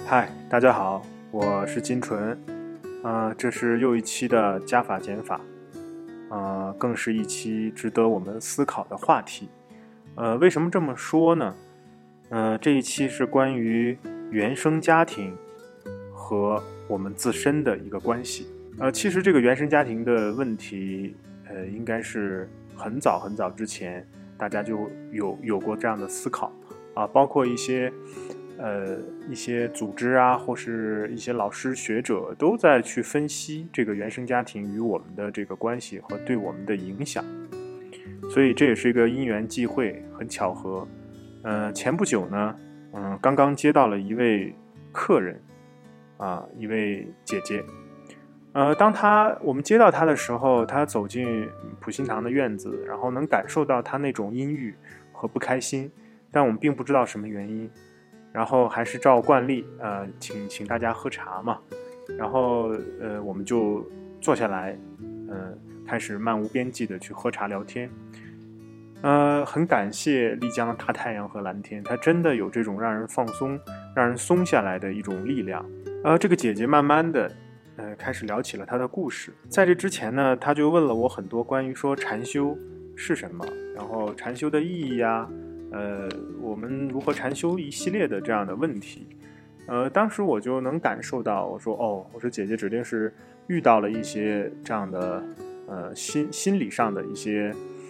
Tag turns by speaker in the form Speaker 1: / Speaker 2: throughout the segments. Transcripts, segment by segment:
Speaker 1: 嗨，大家好，我是金纯，这是又一期的加法减法，更是一期值得我们思考的话题。为什么这么说呢？这一期是关于原生家庭和我们自身的一个关系。其实这个原生家庭的问题，应该是很早很早之前大家就有过这样的思考啊，包括一些组织啊，或是一些老师学者都在去分析这个原生家庭与我们的这个关系和对我们的影响，所以这也是一个因缘际会，很巧合。前不久呢，刚刚接到了一位客人，一位姐姐。当我们接到她的时候，她走进普心堂的院子，然后能感受到她那种阴郁和不开心，但我们并不知道什么原因。然后还是照惯例，请大家喝茶嘛，然后我们就坐下来，开始漫无边际的去喝茶聊天。很感谢丽江的大太阳和蓝天，它真的有这种让人放松、让人松下来的一种力量。这个姐姐慢慢的，开始聊起了她的故事。在这之前呢，她就问了我很多关于说禅修是什么，然后禅修的意义呀。我们如何禅修一系列的这样的问题，当时我就能感受到，我说姐姐指定是遇到了一些这样的心理上的一些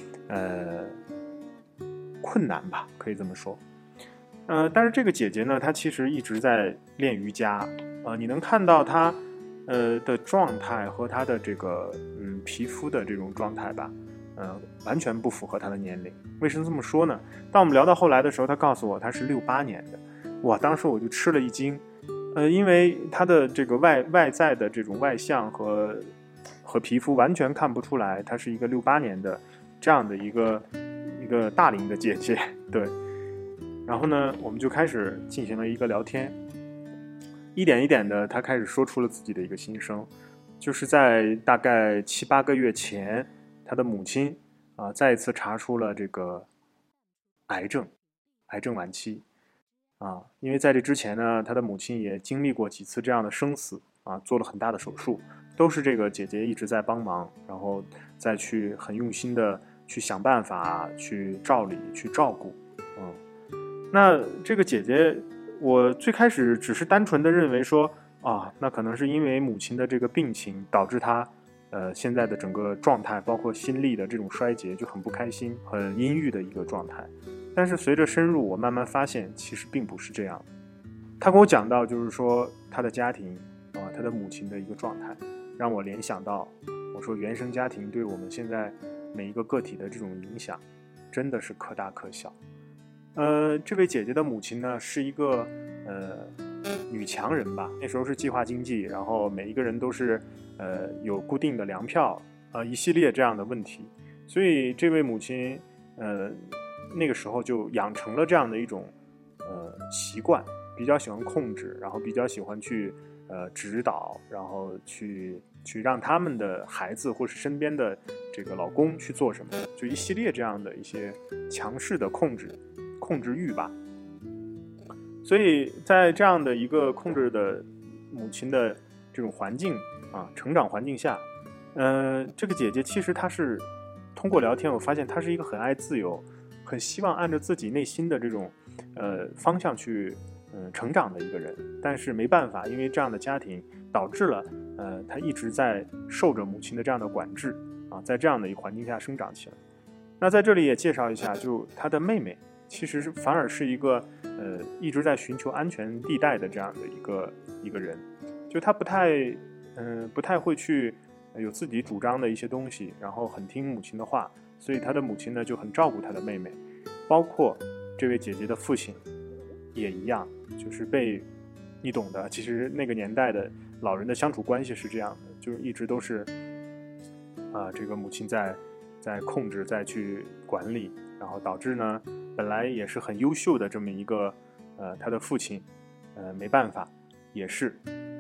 Speaker 1: 困难吧，可以这么说。但是这个姐姐呢，她其实一直在练瑜伽，你能看到她的状态和她的这个皮肤的这种状态吧。完全不符合他的年龄。为什么这么说呢？当我们聊到后来的时候，他告诉我他是68年的，哇，当时我就吃了一惊。因为他的这个外在的这种外相和皮肤完全看不出来，他是一个68年的这样的一个大龄的姐姐，对。然后呢，我们就开始进行了一个聊天，一点一点的，他开始说出了自己的一个心声，就是在大概7、8个月前。他的母亲再一次查出了这个癌症晚期因为在这之前呢，他的母亲也经历过几次这样的生死做了很大的手术，都是这个姐姐一直在帮忙，然后再去很用心的去想办法去照理去照顾。那这个姐姐，我最开始只是单纯的认为说那可能是因为母亲的这个病情导致她现在的整个状态，包括心力的这种衰竭，就很不开心、很阴郁的一个状态。但是随着深入，我慢慢发现，其实并不是这样。他跟我讲到，就是说他的家庭他的母亲的一个状态，让我联想到，我说原生家庭对我们现在每一个个体的这种影响，真的是可大可小。这位姐姐的母亲呢，是一个女强人吧，那时候是计划经济，然后每一个人都是有固定的粮票，一系列这样的问题，所以这位母亲那个时候就养成了这样的一种习惯，比较喜欢控制，然后比较喜欢去指导，然后去让他们的孩子或是身边的这个老公去做什么，就一系列这样的一些强势的控制欲吧。所以在这样的一个控制的母亲的这种环境成长环境下，这个姐姐其实她是通过聊天，我发现她是一个很爱自由，很希望按照自己内心的这种方向去成长的一个人。但是没办法，因为这样的家庭导致了她一直在受着母亲的这样的管制在这样的一个环境下生长起来。那在这里也介绍一下，就她的妹妹。其实反而是一个一直在寻求安全地带的这样的一个人，就他不太会去有自己主张的一些东西，然后很听母亲的话，所以他的母亲呢就很照顾他的妹妹，包括这位姐姐的父亲也一样，就是你懂的，其实那个年代的老人的相处关系是这样的，就是一直都是这个母亲在控制，在去管理，然后导致呢本来也是很优秀的这么一个他的父亲没办法也是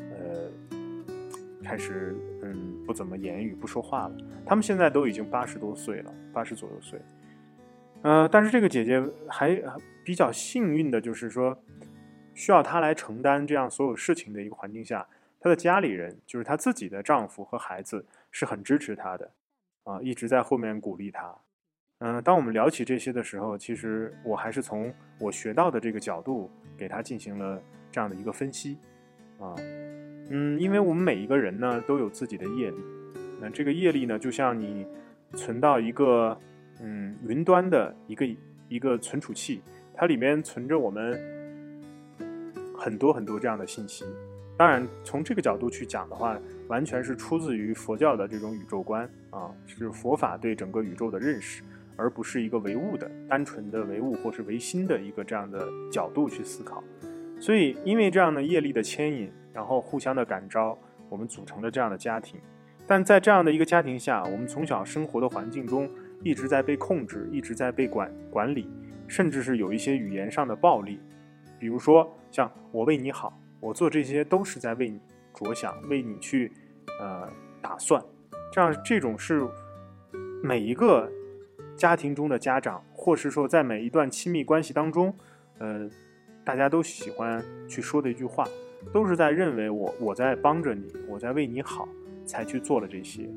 Speaker 1: 开始不怎么言语不说话了。他们现在都已经80多岁了，80左右岁。但是这个姐姐还比较幸运的就是说需要她来承担这样所有事情的一个环境下，她的家里人，就是她自己的丈夫和孩子，是很支持她的，一直在后面鼓励她。当我们聊起这些的时候，其实我还是从我学到的这个角度给她进行了这样的一个分析，因为我们每一个人呢都有自己的业力，那这个业力呢，就像你存到一个云端的一个存储器，它里面存着我们很多很多这样的信息。当然，从这个角度去讲的话，完全是出自于佛教的这种宇宙观是佛法对整个宇宙的认识，而不是一个唯物的、单纯的唯物或是唯心的一个这样的角度去思考。所以，因为这样的业力的牵引，然后互相的感召，我们组成了这样的家庭。但在这样的一个家庭下，我们从小生活的环境中一直在被控制，一直在被管理，甚至是有一些语言上的暴力，比如说像我为你好，我做这些都是在为你着想，为你去打算。这种是每一个家庭中的家长，或是说在每一段亲密关系当中，大家都喜欢去说的一句话，都是在认为我在帮着你，我在为你好，才去做了这些。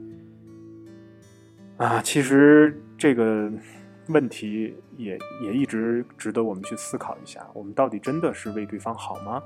Speaker 1: 其实这个问题也一直值得我们去思考一下，我们到底真的是为对方好吗？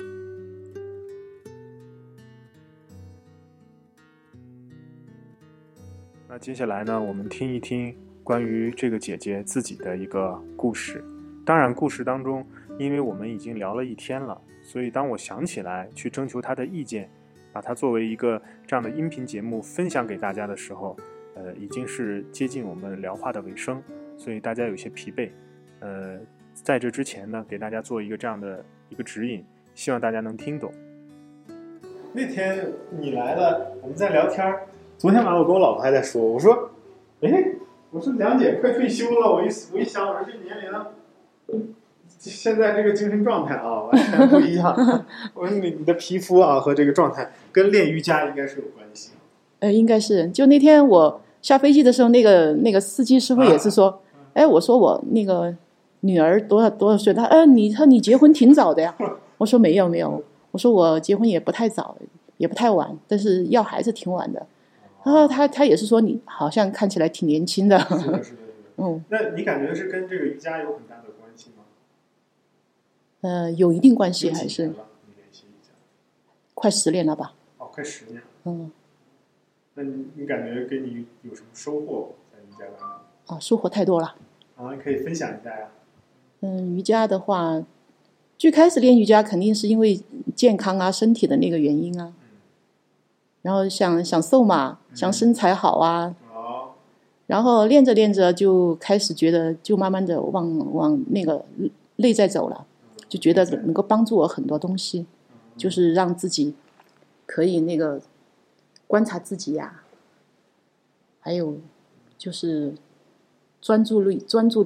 Speaker 1: 那接下来呢，我们听一听关于这个姐姐自己的一个故事。当然故事当中，因为我们已经聊了1天了，所以当我想起来去征求她的意见，把它作为一个这样的音频节目分享给大家的时候，已经是接近我们聊话的尾声，所以大家有些疲惫。在这之前呢，给大家做一个这样的一个指引，希望大家能听懂。那天你来了，我们在聊天。昨天晚上我跟我老婆还在说，我说梁姐快退休了，我一想，我说这年龄了，现在这个精神状态完全不一样。我说你的皮肤和这个状态跟练瑜伽应该是有关系。
Speaker 2: 应该是。就那天我下飞机的时候，那个司机师傅也是说，我说我那个女儿多少岁？你说你结婚挺早的呀？我说没有，我说我结婚也不太早，也不太晚，但是要孩子挺晚的。然后他也是说你好像看起来挺年轻的。
Speaker 1: 是的。那你感觉是跟这个瑜伽有很大的关系吗？
Speaker 2: 有一定关系，还是
Speaker 1: 你练习瑜伽
Speaker 2: 快10年了吧？
Speaker 1: 快10年了。那你感觉给你有什么收获在瑜伽当中？
Speaker 2: 收获太多了。
Speaker 1: 可以分享一下呀。
Speaker 2: 瑜伽的话，最开始练瑜伽肯定是因为健康身体的那个原因然后想瘦嘛，想身材好然后练着练着就开始觉得，就慢慢的往那个内在走了，就觉得能够帮助我很多东西，就是让自己可以那个观察自己还有就是专注力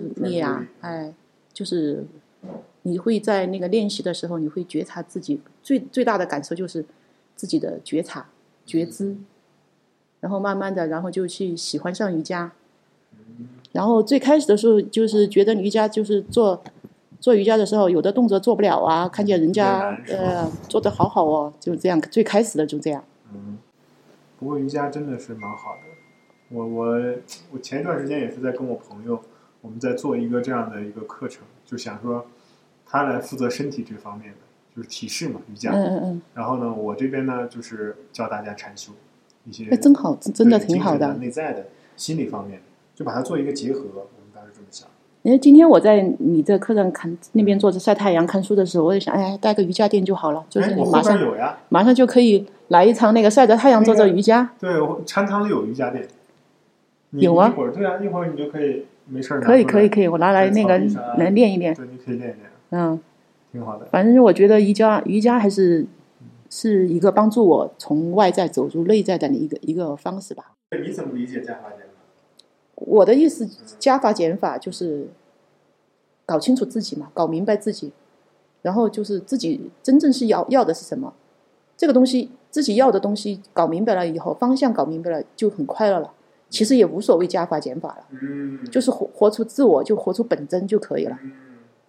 Speaker 2: 就是你会在那个练习的时候，你会觉察自己最大的感受就是自己的觉察觉知，然后慢慢的，然后就去喜欢上瑜伽。然后最开始的时候就是觉得瑜伽就是做瑜伽的时候，有的动作做不了看见人家做得好就这样，最开始的就这样。
Speaker 1: 不过瑜伽真的是蛮好的。我前一段时间也是在跟我朋友，我们在做一个这样的一个课程，就想说他来负责身体这方面的，就是体式嘛，瑜伽。然后呢，我这边呢就是教大家禅修一些。
Speaker 2: 真好，真的挺好的。
Speaker 1: 内在的、心理方面，就把它做一个结合。我们当时这么想。
Speaker 2: 因为今天我在你的课上那边坐着晒太阳看书的时候，我就想，带个瑜伽垫就好了，就是
Speaker 1: 我后边有呀，
Speaker 2: 马上就可以来一场那个晒着太阳做着瑜伽。
Speaker 1: 对，禅堂里有瑜伽垫。
Speaker 2: 有啊。
Speaker 1: 一会儿你就可以没事
Speaker 2: 可以，我拿来那个来练一练。
Speaker 1: 对，你可以练一练。挺好的。
Speaker 2: 反正我觉得瑜伽还是一个帮助我从外在走入内在的一个方式吧。
Speaker 1: 你怎么理解加法减法？
Speaker 2: 我的意思，加法减法就是搞清楚自己嘛，搞明白自己，然后就是自己真正是要的是什么，这个东西自己要的东西搞明白了以后，方向搞明白了就很快乐了。其实也无所谓加法减法了，就是活出自我，就活出本真就可以了。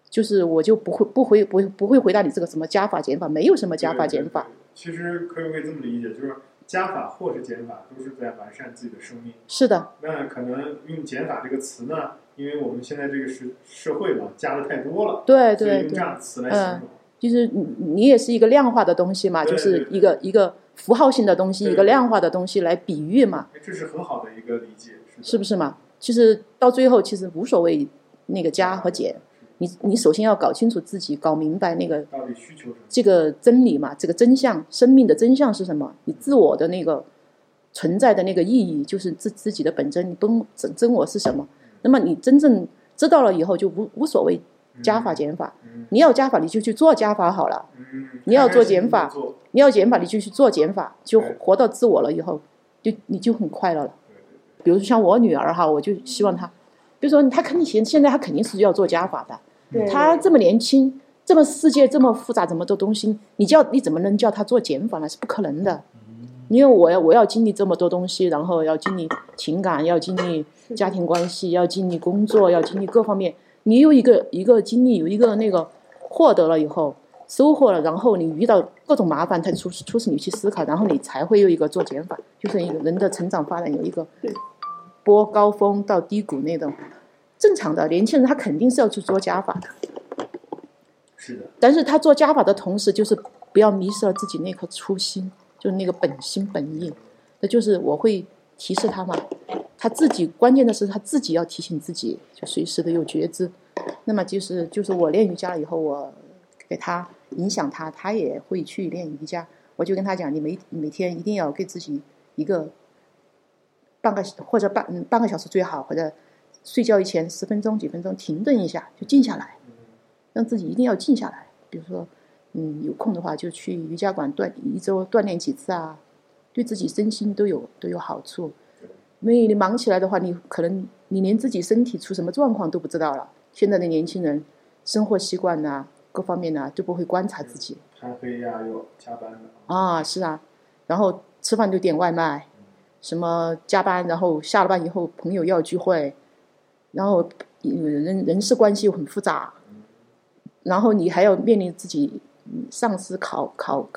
Speaker 2: 就是我就不会回答你这个什么加法减法，没有什么加法减法。
Speaker 1: 对，其实可以这么理解，就是加法或是减法都是在完善自己的生命。
Speaker 2: 是的。
Speaker 1: 那可能用减法这个词呢，因为我们现在这个社会嘛，加的太多了，
Speaker 2: 对，
Speaker 1: 所以用这样的词来形容。
Speaker 2: 就是你也是一个量化的东西嘛，
Speaker 1: 对
Speaker 2: 就是一个符号性的东西，一个量化的东西来比喻嘛。
Speaker 1: 这是很好的一个理解，
Speaker 2: 是不是嘛？其实到最后其实无所谓那个加和减，你首先要搞清楚自己，搞明白那个
Speaker 1: 到底需求什么，
Speaker 2: 这个真理嘛，这个真相，生命的真相是什么？你自我的那个存在的那个意义，就是自己的本真，你真我是什么？那么你真正知道了以后，就无所谓加法减法。你要加法，你就去做加法好了。你要做减法，你要减法，你就去做减法，就活到自我了以后，你就很快乐了。比如说像我女儿哈，我就希望她，比如说她肯定现在她肯定是要做加法的。她这么年轻，这么世界这么复杂，这么多东西，你怎么能叫她做减法呢？是不可能的。因为我要经历这么多东西，然后要经历情感，要经历家庭关系，要经历工作，要经历各方面。你有一个经历，有一个那个获得了以后，收获了，然后你遇到各种麻烦，才促使你去思考，然后你才会有一个做减法。就是一个人的成长发展有一个波高峰到低谷那种。正常的年轻人他肯定是要去做加法的，
Speaker 1: 是的。但
Speaker 2: 是他做加法的同时，就是不要迷失了自己那颗初心，就是那个本心本意。那就是我会提示他嘛，他自己关键的是他自己要提醒自己，就随时的有觉知。那么就是我练瑜伽了以后，我给他影响他，他也会去练瑜伽。我就跟他讲，你每天一定要给自己一个半个小时最好，或者睡觉以前10分钟几分钟停顿一下，就静下来，让自己一定要静下来。比如说有空的话就去瑜伽馆一周锻炼几次啊，对自己身心都有好处。因为你忙起来的话，你可能你连自己身体出什么状况都不知道了。现在的年轻人生活习惯啊各方面啊都不会观察自己，
Speaker 1: 贪黑呀，又加班的
Speaker 2: 啊，是啊，然后吃饭就点外卖，什么加班，然后下了班以后朋友要聚会，然后人事关系又很复杂，然后你还要面临自己上司考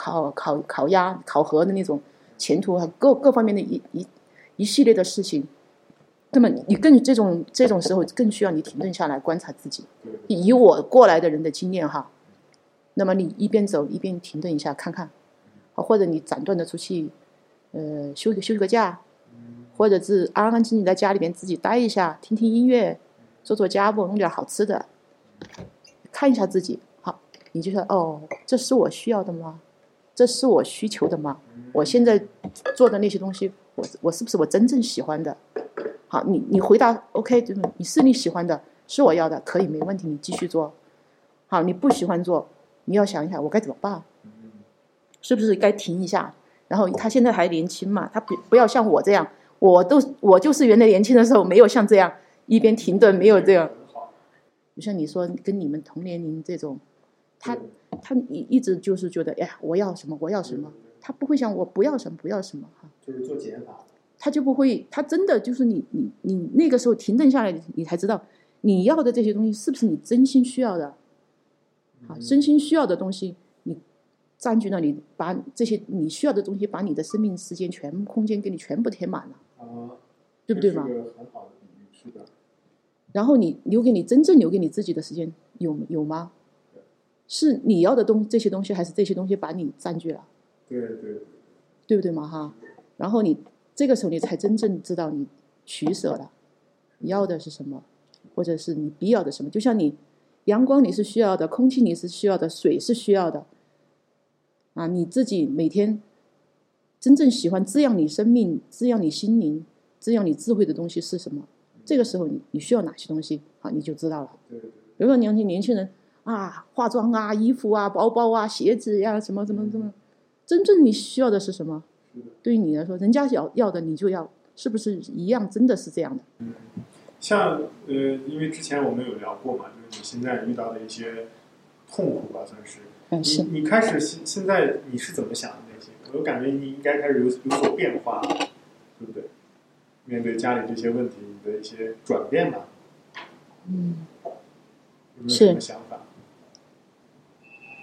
Speaker 2: 核的那种前途和各方面的一系列的事情。那么你更这种时候更需要你停顿下来观察自己。以我过来的人的经验哈，那么你一边走一边停顿一下看看，或者你斩断的出去休息个假，或者是安安静静在家里面自己待一下，听听音乐，做家务，弄点好吃的，看一下自己。好，你就说哦，这是我需要的吗？这是我需求的吗？我现在做的那些东西，我是不是我真正喜欢的？好，你回答 OK， 你是你喜欢的，是我要的，可以没问题，你继续做。好，你不喜欢做，你要想一下我该怎么办，是不是该停一下？然后他现在还年轻嘛，他不要像我这样，我就是原来年轻的时候没有像这样一边停顿，没有这样。就像你说跟你们同年龄这种，他一直就是觉得哎呀我要什么我要什么，他不会想我不要什么不要什么哈，
Speaker 1: 就是做减法。
Speaker 2: 他就不会，他真的就是你那个时候停顿下来，你才知道你要的这些东西是不是你真心需要的。真心需要的东西，你占据了你把这些你需要的东西，把你的生命时间空间给你全部填满了，对不对嘛？
Speaker 1: 这是个很好的比喻，是的。
Speaker 2: 然后你真正留给你自己的时间有吗？是你要的这些东西，还是这些东西把你占据了？对不对嘛哈？然后你这个时候你才真正知道你取舍了，你要的是什么，或者是你必要的什么。就像你阳光你是需要的，空气你是需要的，水是需要的啊，你自己每天真正喜欢滋养你生命、滋养你心灵、滋养你智慧的东西是什么？这个时候你需要哪些东西啊，你就知道了。比如说年轻人啊，化妆啊、衣服啊、包包啊、鞋子呀、什么，真正你需要的是什么？对于你来说，人家要的你就要，是不是一样？真的是这样的。
Speaker 1: 像因为之前我们有聊过嘛，就是你现在遇到的一些痛苦吧，算是。
Speaker 2: 是。
Speaker 1: 你开始现在你是怎么想的那些？我感觉你应该开始有所变化，对不对？面对家里这些问题，你的一些转变吧。
Speaker 2: 嗯。
Speaker 1: 有没有什么想法？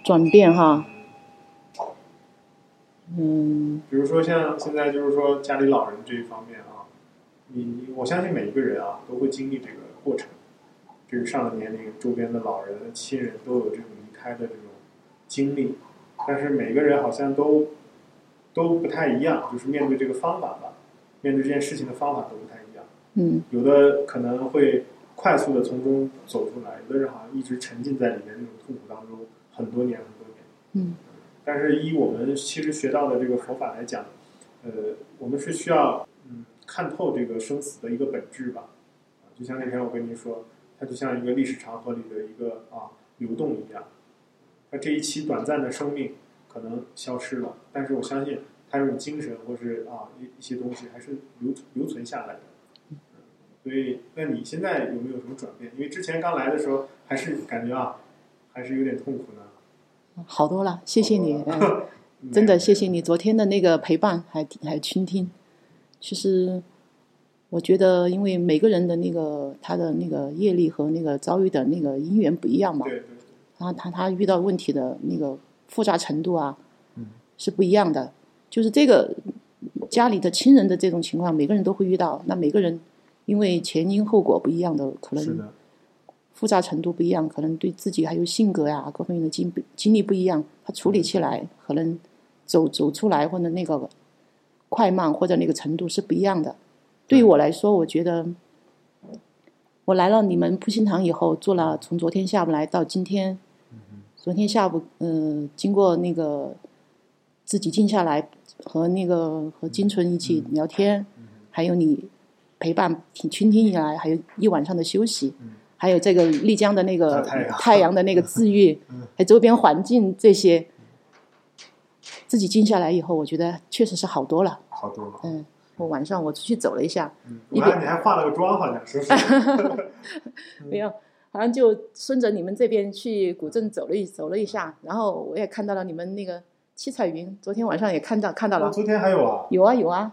Speaker 2: 转变哈。
Speaker 1: 比如说像现在就是说家里老人这一方面啊，我相信每一个人啊都会经历这个过程，这个上了年龄，周边的老人、亲人都有这种离开的这种经历，但是每个人好像都不太一样，就是面对这个方法吧，面对这件事情的方法都不太一样。有的可能会快速的从中走出来，有的人好像一直沉浸在里面那种痛苦当中很多年。但是以我们其实学到的这个佛法来讲，我们是需要看透这个生死的一个本质吧。就像那天我跟您说，它就像一个历史长河里的一个流动一样。它这一期短暂的生命可能消失了，但是我相信它这种精神或是一些东西还是留存下来的。所以，那你现在有没有什么转变？因为之前刚来的时候，还是感觉还是有点痛苦呢。
Speaker 2: 好多了，谢谢你，真的谢谢你昨天的那个陪伴还倾听。其实我觉得，因为每个人的那个他的那个业力和那个遭遇的那个因缘不一样嘛，他遇到问题的那个复杂程度是不一样的。就是这个家里的亲人的这种情况，每个人都会遇到。那每个人因为前因后果不一样的，可能复杂程度不一样，可能对自己还有性格呀各方面的经历不一样，他处理起来可能走出来或者那个快慢或者那个程度是不一样的。对于我来说，我觉得我来了你们普心堂以后，做了从昨天下午来到今天，昨天下午经过那个自己静下来和金纯一起聊天，还有你陪伴倾听以来，还有一晚上的休息，还有这个丽江的那个太阳的那个治愈，还有周边环境这些，自己静下来以后，我觉得确实是好多了。
Speaker 1: 好多了。
Speaker 2: 我晚上我出去走了一下，
Speaker 1: 我看你还化了个妆，好像是。
Speaker 2: 没有，好像就顺着你们这边去古镇走了一下，然后我也看到了你们那个七彩云，昨天晚上也看到了。
Speaker 1: 昨天还有啊？
Speaker 2: 有啊。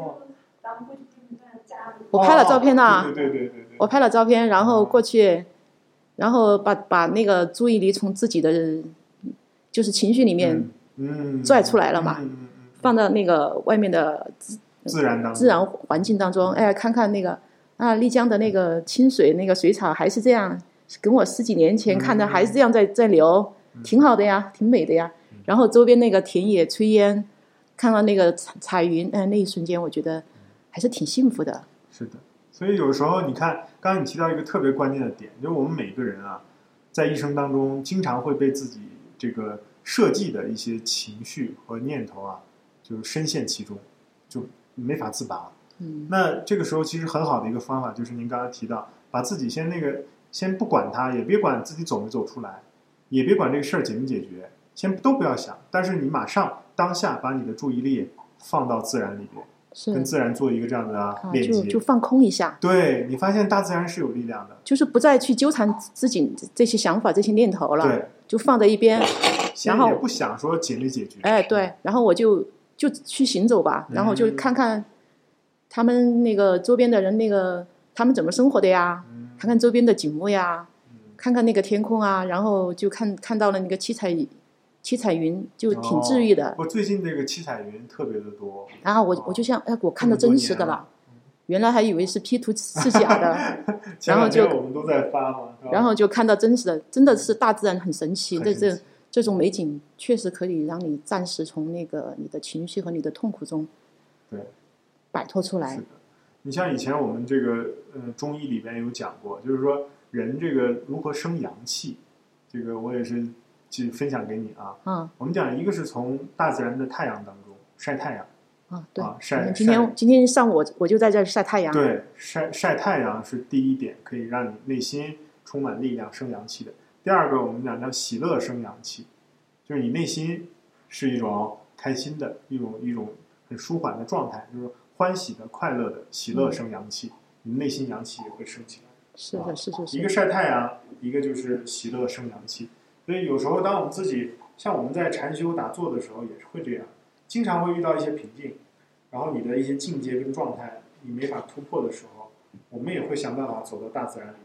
Speaker 2: 我拍了照片
Speaker 1: 对。
Speaker 2: 我拍了照片，然后过去，然后把那个注意力从自己的就是情绪里面拽出来了嘛，放到那个外面的自然环境当中，看看那个丽江的那个清水，那个水草还是这样，跟我10几年前看的还是这样在流，挺好的呀，挺美的呀。然后周边那个田野炊烟，看到那个彩云，那一瞬间我觉得还是挺幸福的。
Speaker 1: 是的，所以有时候你看，刚刚你提到一个特别关键的点，就是我们每个人在一生当中经常会被自己这个设计的一些情绪和念头就是深陷其中，就没法自拔。那这个时候其实很好的一个方法就是您刚刚提到，把自己先不管它，也别管自己走没走出来，也别管这个事儿解没解决，先都不要想，但是你马上当下把你的注意力放到自然里边，跟自然做一个这样的链接，
Speaker 2: 就放空一下。
Speaker 1: 对，你发现大自然是有力量的，
Speaker 2: 就是不再去纠缠自己这些想法、这些念头了，
Speaker 1: 对，
Speaker 2: 就放在一边，然后
Speaker 1: 也不想说解没解决。
Speaker 2: 对，然后我就去行走吧，然后就看看他们那个周边的人，他们怎么生活的呀，看看周边的景物呀，看看那个天空然后就看到了那个七彩云，就挺治愈的。
Speaker 1: 我最近这个七彩云特别的多，
Speaker 2: 然后我就像我看到真实的了，原来还以为是 P 图是假的，然后就
Speaker 1: 我们都在发嘛，
Speaker 2: 然后就看到真实的，真的是大自然很神奇。这种美景确实可以让你暂时从那个你的情绪和你的痛苦中摆脱出来。
Speaker 1: 是的，你像以前我们这个中医里边有讲过，就是说人这个如何生阳气，这个我也是去分享给你我们讲一个是从大自然的太阳当中晒太阳
Speaker 2: 对
Speaker 1: 晒
Speaker 2: 今天上午我就在这儿晒太阳。
Speaker 1: 对，晒太阳是第一点，可以让你内心充满力量生阳气的。第二个我们讲叫喜乐生阳气，就是你内心是一种开心的一种很舒缓的状态，就是欢喜的快乐的喜乐生阳气，你内心阳气也会升起来。
Speaker 2: 是的，是
Speaker 1: 一个晒太阳，一个就是喜乐生阳气。所以有时候当我们自己像我们在禅修打坐的时候也是会这样，经常会遇到一些瓶颈，然后你的一些境界跟状态你没法突破的时候，我们也会想办法走到大自然里面，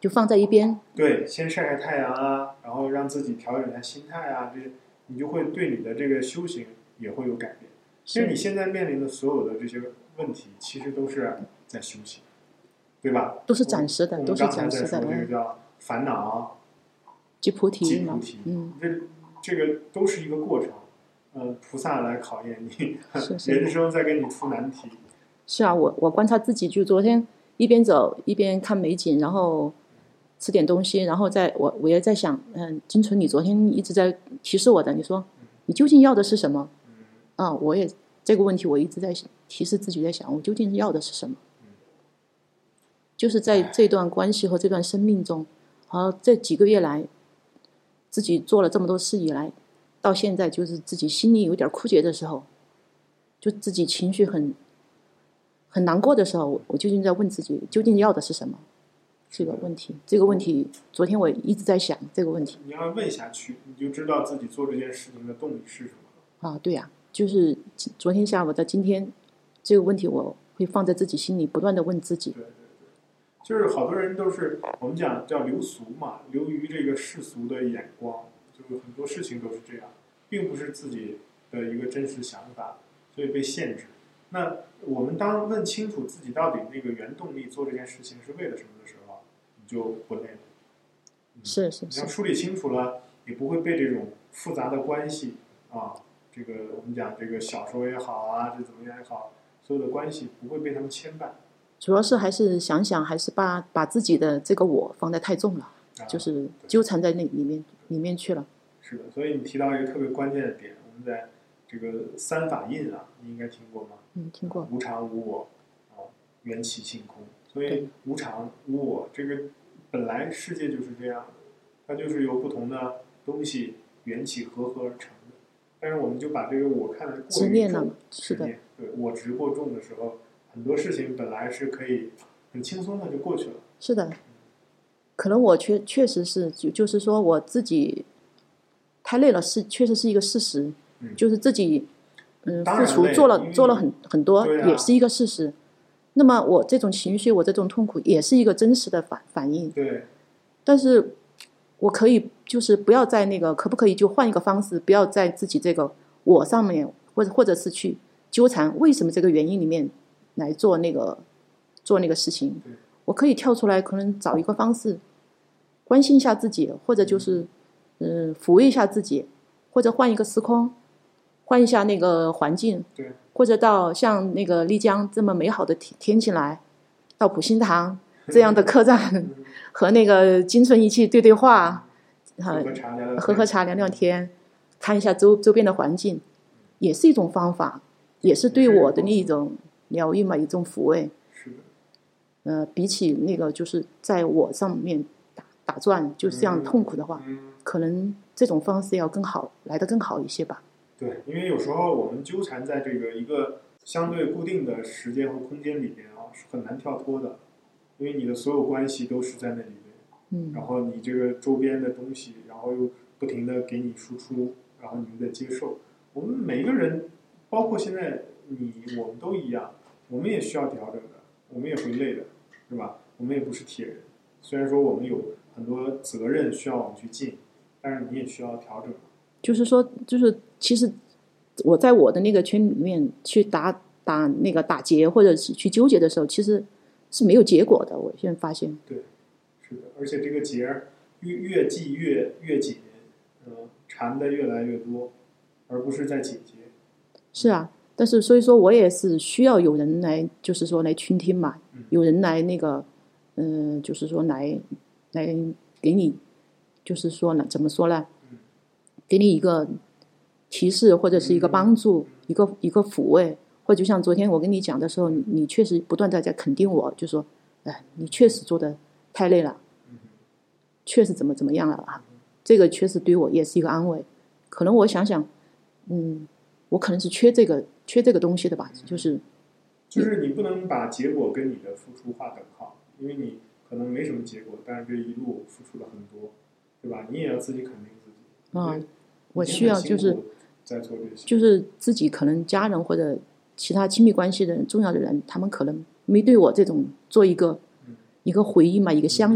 Speaker 2: 就放在一边。
Speaker 1: 对，先晒晒太阳啊，然后让自己调整一下心态啊，这你就会对你的这个修行也会有改变。其实你现在面临的所有的这些问题，其实都是在修行，对吧？
Speaker 2: 都是暂时的，都是暂时的。
Speaker 1: 我们刚才在说这个叫烦恼、
Speaker 2: 即菩提
Speaker 1: 嘛，这个都是一个过程。菩萨来考验你，人生在给你出难题。
Speaker 2: 是啊，我观察自己，就昨天一边走一边看美景，然后吃点东西，然后我也在想，金纯，你昨天一直在提示我的，你说你究竟要的是什么？我也这个问题我一直在提示自己，在想我究竟要的是什么？就是在这段关系和这段生命中，这几个月来，自己做了这么多事以来，到现在就是自己心里有点枯竭的时候，就自己情绪很难过的时候，我究竟在问自己，究竟要的是什么？这个问题，昨天我一直在想这个问题。
Speaker 1: 你要问下去，你就知道自己做这件事情的动力是什么。
Speaker 2: 对呀，就是昨天下午到今天，这个问题我会放在自己心里，不断的问自己。
Speaker 1: 对，就是好多人都是我们讲叫流俗嘛，流于这个世俗的眼光，就是很多事情都是这样，并不是自己的一个真实想法，所以被限制。那我们当问清楚自己到底那个原动力做这件事情是为了什么的时候，你就不累了。
Speaker 2: 是。
Speaker 1: 你要梳理清楚了，也不会被这种复杂的关系这个我们讲这个小说也好啊，这怎么样也好，所有的关系不会被他们牵绊。
Speaker 2: 主要是还是想想，还是把自己的这个我放得太重了，就是纠缠在那里面去了。
Speaker 1: 是的，所以你提到一个特别关键的点，我们在这个三法印你应该听过吗？
Speaker 2: 听过。
Speaker 1: 无常无我缘起性空。所以无常无我，这个本来世界就是这样的，它就是由不同的东西缘起合而成的。但是我们就把这个我看得过于重，
Speaker 2: 是的，
Speaker 1: 对我执过重的时候，很多事情本来是可以很轻松的就过去了。
Speaker 2: 是的，可能我确实是就是说我自己太累了，确实是一个事实。就是自己付出做了很多，也是一个事实。那么我这种情绪，我这种痛苦，也是一个真实的反应。
Speaker 1: 对。
Speaker 2: 但是我可以就是不要在那个，可不可以就换一个方式，不要在自己这个我上面，或者是去纠缠为什么这个原因里面来做那个事情。我可以跳出来，可能找一个方式关心一下自己，或者就是抚慰一下自己，或者换一个时空，换一下那个环境，
Speaker 1: 对，
Speaker 2: 或者到像那个丽江这么美好的天气来，到普心堂这样的客栈和那个金纯一起对话，喝茶聊聊天，看一下周边的环境，也是一种方法，也是对我的那一种疗愈嘛，一种抚慰。
Speaker 1: 是
Speaker 2: 的。比起那个就是在我上面打转，就是这样痛苦的话，可能这种方式要来得更好一些吧。
Speaker 1: 对，因为有时候我们纠缠在这个一个相对固定的时间和空间里边是很难跳脱的，因为你的所有关系都是在那里面，然后你这个周边的东西，然后又不停的给你输出，然后你又在接受。我们每个人，包括现在我们都一样，我们也需要调整的，我们也会累的，对吧？我们也不是铁人，虽然说我们有很多责任需要我们去尽，但是你也需要调整。
Speaker 2: 就是说，就是其实我在我的那个圈里面去打结或者是去纠结的时候，其实是没有结果的。我现在发现，
Speaker 1: 对，是的，而且这个结越系越紧，缠的越来越多，而不是在紧结。是
Speaker 2: 啊，但是所以说我也是需要有人来，就是说来倾听嘛，有人来那个，就是说来给你，就是说呢，怎么说呢？给你一个提示或者是一个帮助，一个抚慰，或者就像昨天我跟你讲的时候，你确实不断在肯定我，就说，你确实做的太累了，确实怎么样了啊？这个确实对我也是一个安慰。可能我想想，我可能是缺这个东西的吧，就是
Speaker 1: 你不能把结果跟你的付出划等号，因为你可能没什么结果，但是这一路付出了很多，对吧？你也要自己肯定自己。
Speaker 2: 我需要就是自己可能家人或者其他亲密关系的人、重要的人，他们可能没对我这种做一个回应嘛，一个相应，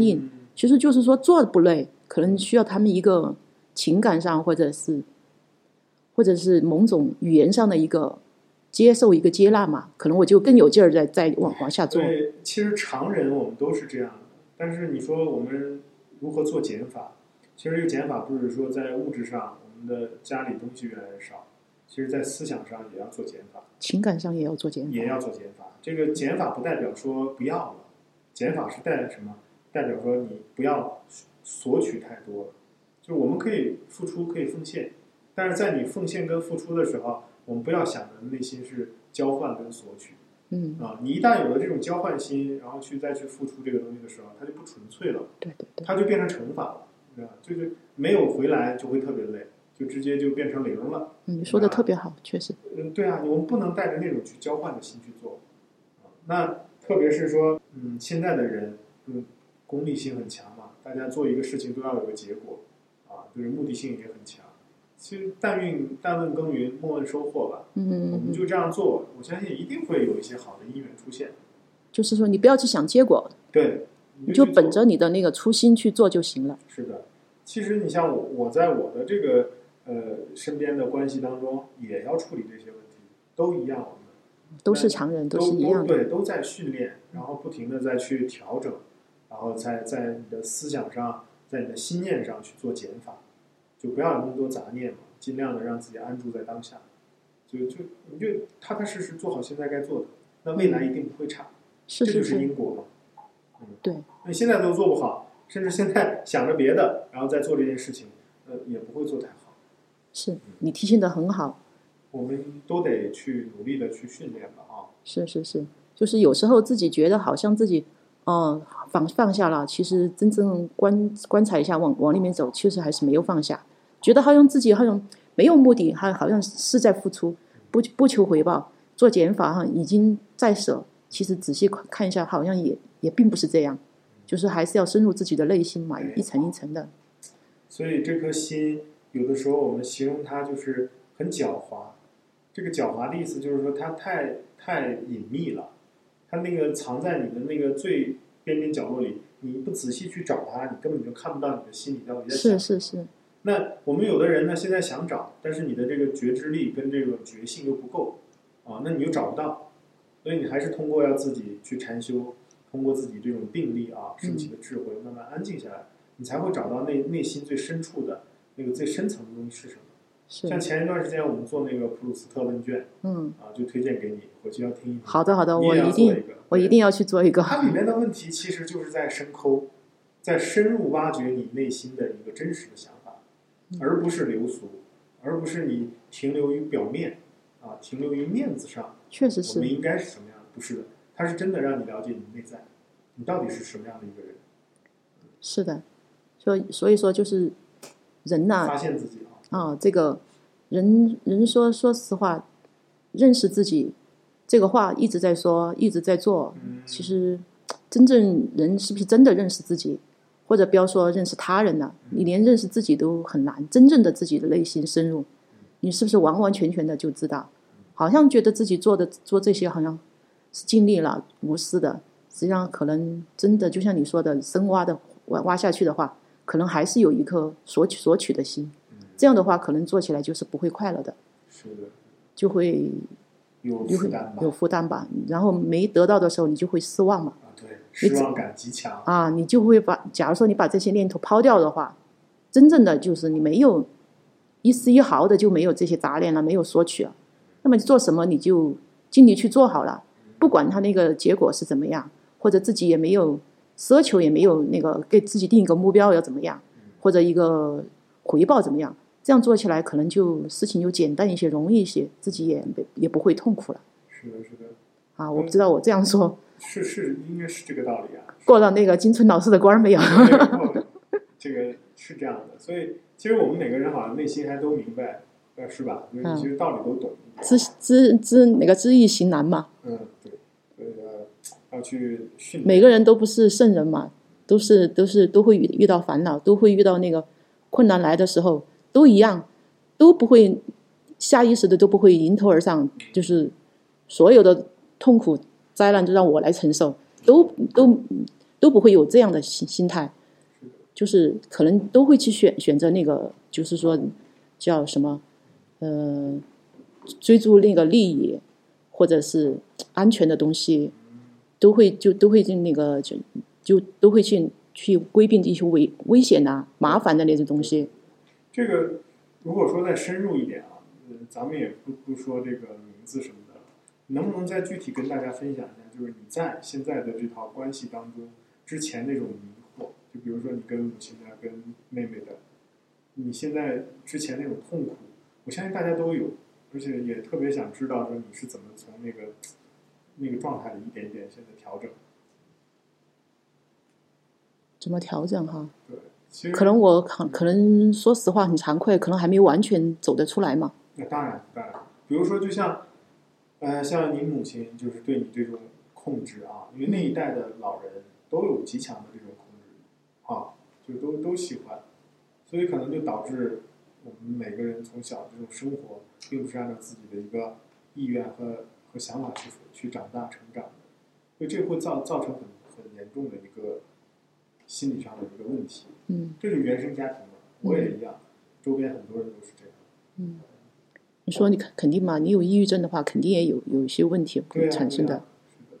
Speaker 2: 其实就是说做不累，可能需要他们一个情感上或者是某种语言上的一个接受一个接纳嘛，可能我就更有劲儿再往下做。
Speaker 1: 对，其实常人我们都是这样的，但是你说我们如何做减法？其实这个减法不是说在物质上我们的家里东西越来越少，其实在思想上也要做减法，
Speaker 2: 情感上也要做减法，
Speaker 1: 也要做减法。这个减法不代表说不要了，减法是代表什么？代表说你不要索取太多了，就是我们可以付出，可以奉献，但是在你奉献跟付出的时候，我们不要想着内心是交换跟索取。你一旦有了这种交换心，然后再去付出这个东西的时候，它就不纯粹了，
Speaker 2: 对，
Speaker 1: 它就变成乘法了，对吧？就是没有回来就会特别累，就直接就变成零了。
Speaker 2: 你说的特别好，确实。
Speaker 1: 对啊，我们不能带着那种去交换的心去做。那特别是说，现在的人，功利性很强嘛，大家做一个事情都要有个结果，就是目的性也很强。其实但问耕耘，莫问收获吧。我们就这样做，我相信一定会有一些好的因缘出现。
Speaker 2: 就是说，你不要去想结果，
Speaker 1: 对，
Speaker 2: 你就本着你的那个初心去做就行了。
Speaker 1: 是的，其实你像我在我的这个身边的关系当中，也要处理这些问题，都一样，我们
Speaker 2: 都是常人，都是一样的。
Speaker 1: 对，都在训练，然后不停的再去调整，然后在你的思想上，在你的心念上去做减法。就不要有那么多杂念嘛，尽量的让自己安住在当下，你就踏踏实实做好现在该做的，那未来一定不会差。这就是因果嘛。
Speaker 2: 对。
Speaker 1: 那现在都做不好，甚至现在想着别的，然后再做这件事情，也不会做太好。
Speaker 2: 是你提醒得很好，
Speaker 1: 我们都得去努力的去训练吧啊。
Speaker 2: 是，就是有时候自己觉得好像自己放下了，其实真正观察一下往里面走，其实还是没有放下。觉得好像自己好像没有目的，好像是在付出，不求回报，做减法已经在舍。其实仔细看一下，好像也并不是这样，就是还是要深入自己的内心嘛，一层一层的。
Speaker 1: 所以这颗心，有的时候我们形容它就是很狡猾。这个狡猾的意思就是说它太隐秘了，它那个藏在你的那个最边边角落里，你不仔细去找它，你根本就看不到你的心里到底在想什么。
Speaker 2: 是。
Speaker 1: 那我们有的人呢，现在想找，但是你的这个觉知力跟这个觉性又不够那你又找不到，所以你还是通过要自己去禅修，通过自己这种定力升起的智慧，慢慢安静下来，你才会找到内心最深处的那个最深层的东西是什么。像前一段时间我们做那个普鲁斯特问卷，就推荐给你，回去要听一听。好
Speaker 2: 的，我一定要去做一个。
Speaker 1: 它里面的问题其实就是在深抠，在深入挖掘你内心的一个真实的想法，而不是流俗，而不是你停留于表面停留于面子上。
Speaker 2: 确实是。
Speaker 1: 我们应该是什么样的？不是的，它是真的让你了解你内在，你到底是什么样的一个人。
Speaker 2: 是的，所以说就是人呐，
Speaker 1: 发现自己
Speaker 2: 这个人说实话，认识自己这个话一直在说，一直在做。其实真正人是不是真的认识自己，或者不要说认识他人了，你连认识自己都很难。真正的自己的内心深入，你是不是完完全全的就知道？好像觉得自己做这些好像是尽力了，无私的，实际上可能真的就像你说的，深挖下去的话，可能还是有一颗索取的心。这样的话，可能做起来就是不会快乐的，
Speaker 1: 是的，
Speaker 2: 就会有负担吧。然后没得到的时候，你就会失望嘛。
Speaker 1: 对，失望感极强
Speaker 2: 你就会假如说你把这些念头抛掉的话，真正的就是你没有一丝一毫的就没有这些杂念了，没有索取了。那么做什么你就尽力去做好了，不管他那个结果是怎么样，或者自己也没有奢求，也没有那个给自己定一个目标要怎么样，或者一个回报怎么样。这样做起来可能就事情就简单一些，容易一些，自己也不会痛苦了。
Speaker 1: 是的。
Speaker 2: 我不知道我这样说
Speaker 1: 是应该是这个道理
Speaker 2: 过了那个金春老师的关没有？
Speaker 1: 这个是这样的，所以其实我们每个人好像内心还都明白，是吧？因为其实道理都懂。知易行难嘛。 对，所以要去训练。
Speaker 2: 每个人都不是圣人嘛，都会遇到烦恼，都会遇到那个困难来的时候。都一样，都不会下意识的都不会迎头而上，就是所有的痛苦灾难就让我来承受，都不会有这样的心态。 就是可能都会去选择那个，就是说叫什么，追逐那个利益或者是安全的东西，都会去那个就都会去规避一些危险啊、麻烦的那种东西。
Speaker 1: 这个如果说再深入一点啊，咱们也不说这个名字什么的，能不能再具体跟大家分享一下，就是你在现在的这套关系当中之前那种迷惑，就比如说你跟母亲的、跟妹妹的，你现在之前那种痛苦，我相信大家都有，而且也特别想知道说你是怎么从那个状态里一点点现在调整。
Speaker 2: 怎么调整哈？
Speaker 1: 对，其实
Speaker 2: 可能我可能说实话很惭愧，可能还没完全走得出来嘛。
Speaker 1: 那当然，比如说就像像您母亲就是对你这种控制啊，因为那一代的老人都有极强的这种控制欲啊，就都喜欢，所以可能就导致我们每个人从小这种生活，并不是按照自己的一个意愿和想法去长大成长的，所以这会造成很严重的一个心理上的一个问题。这是原生家庭嘛，我也一样，周边很多人都是这样。
Speaker 2: 你说你肯定嘛？你有抑郁症的话，肯定也有一些问题会产生的。
Speaker 1: 是的。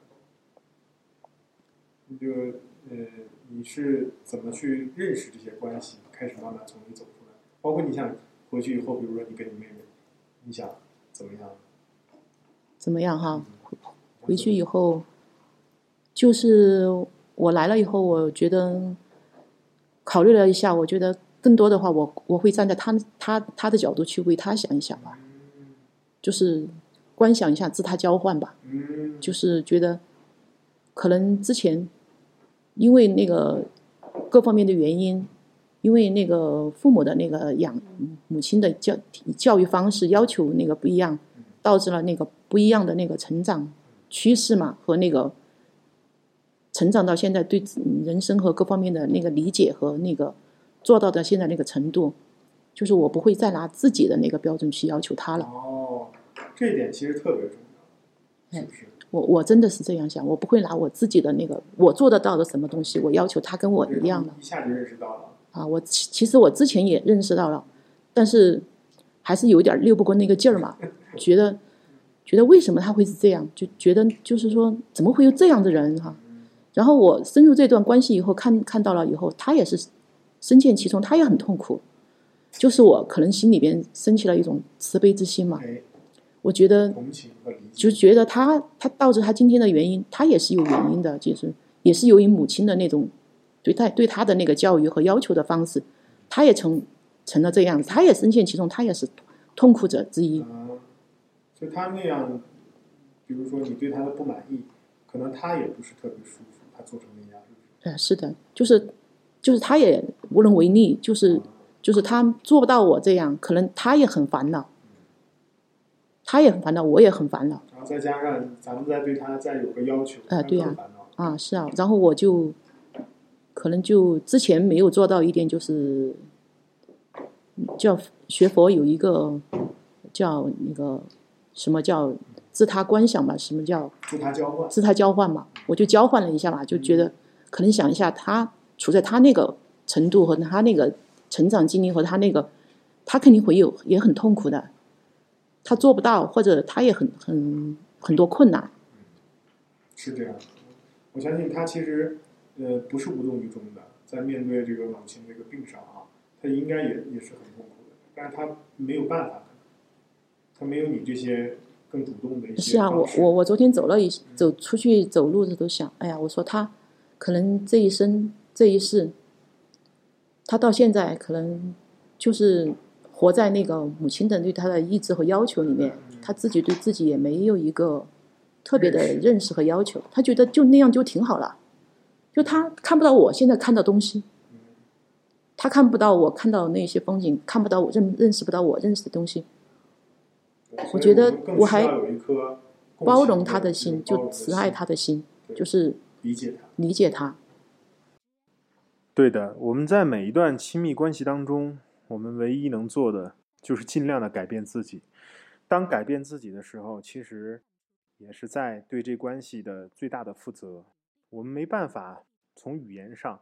Speaker 1: 你就你是怎么去认识这些关系，开始慢慢从里走出来？包括你想回去以后，比如说你跟你妹妹，你想怎么样？
Speaker 2: 怎么样哈？回去以后，就是我来了以后，我觉得考虑了一下，我觉得更多的话，我会站在他的角度去为他想一想吧。就是观想一下自他交换吧，就是觉得可能之前因为那个各方面的原因，因为那个父母的那个母亲的教育方式要求那个不一样，导致了那个不一样的那个成长趋势嘛，和那个成长到现在对人生和各方面的那个理解和那个做到的现在那个程度，就是我不会再拿自己的那个标准去要求他了。
Speaker 1: 这一点其实特别重要，是不是？
Speaker 2: 我真的是这样想，我不会拿我自己的那个我做得到的什么东西，我要求他跟我一样的。
Speaker 1: 一下就认识到了
Speaker 2: 啊，其实我之前也认识到了，但是还是有点溜不过那个劲儿嘛，觉得为什么他会是这样，就觉得就是说怎么会有这样的人哈。然后我深入这段关系以后，看到了以后，他也是深陷其中，他也很痛苦，就是我可能心里边升起了一种慈悲之心嘛。我觉得就觉得他导致他今天的原因，他也是有原因的，就是也是由于母亲的那种对他的那个教育和要求的方式，他也成了这样子，他也深陷其中，他也是痛苦者之一。
Speaker 1: 所以他那样，比如说你对他的不满意，可能他也不是特别舒服，他做成那样，是不是？
Speaker 2: 是的，就是他也无能为力，就是他做不到我这样，可能他也很烦恼。他也很烦恼，我也很烦恼。
Speaker 1: 然后再加上咱们再对他再有个要求，
Speaker 2: 对呀，是啊。然后我就可能就之前没有做到一点，就是叫学佛有一个叫那个什么叫自他观想吧，什么叫自他交换嘛，我就交换了一下嘛，就觉得可能想一下他处在他那个程度和他那个成长经历和他那个，他肯定会也很痛苦的。他做不到，或者他也很多困难。
Speaker 1: 是这样，我相信他其实不是无动于衷的，在面对这个母亲这个病上啊，他应该也是很痛苦的，但是他没有办法，他没有你这些更主动的一些。
Speaker 2: 是啊，我昨天走出去走路的都想，哎呀，我说他可能这一生这一世，他到现在可能就是活在那个母亲的对他的意志和要求里面，他自己对自己也没有一个特别的认识和要求，他觉得就那样就挺好了，就他看不到我现在看到东西，他看不到我看到那些风景，看不到我认识不到我认识的东西。我觉得我还包容他的心，就慈爱他的心，就是理解他。
Speaker 1: 对的，我们在每一段亲密关系当中，我们唯一能做的就是尽量的改变自己。当改变自己的时候，其实也是在对这关系的最大的负责。我们没办法从语言上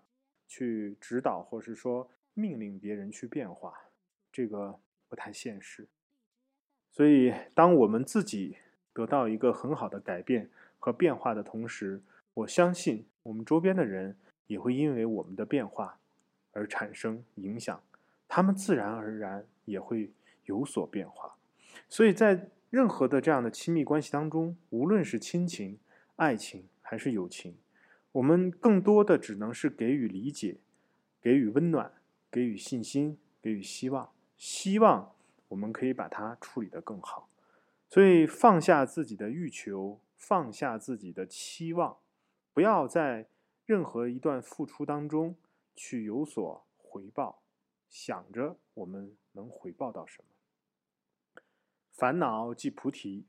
Speaker 1: 去指导或是说命令别人去变化，这个不太现实。所以当我们自己得到一个很好的改变和变化的同时，我相信我们周边的人也会因为我们的变化而产生影响，他们自然而然也会有所变化。所以在任何的这样的亲密关系当中，无论是亲情、爱情还是友情，我们更多的只能是给予理解，给予温暖，给予信心，给予希望，希望我们可以把它处理得更好。所以放下自己的欲求，放下自己的期望，不要在任何一段付出当中去有所回报，想着我们能回报到什么。烦恼即菩提，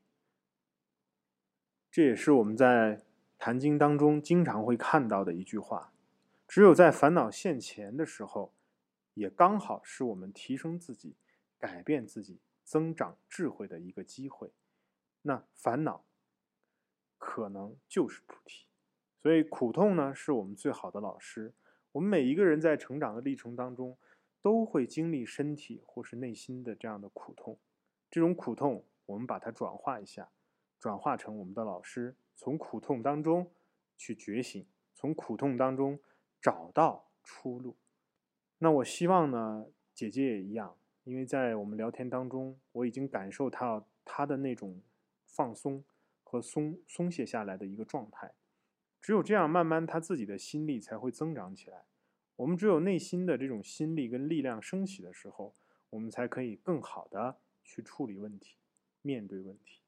Speaker 1: 这也是我们在坛经当中经常会看到的一句话。只有在烦恼现前的时候，也刚好是我们提升自己、改变自己、增长智慧的一个机会。那烦恼可能就是菩提。所以苦痛呢，是我们最好的老师。我们每一个人在成长的历程当中，都会经历身体或是内心的这样的苦痛。这种苦痛，我们把它转化一下，转化成我们的老师，从苦痛当中去觉醒，从苦痛当中找到出路。那我希望呢，姐姐也一样，因为在我们聊天当中，我已经感受到她的那种放松和松懈下来的一个状态。只有这样，慢慢她自己的心力才会增长起来。我们只有内心的这种心力跟力量升起的时候，我们才可以更好的去处理问题，面对问题。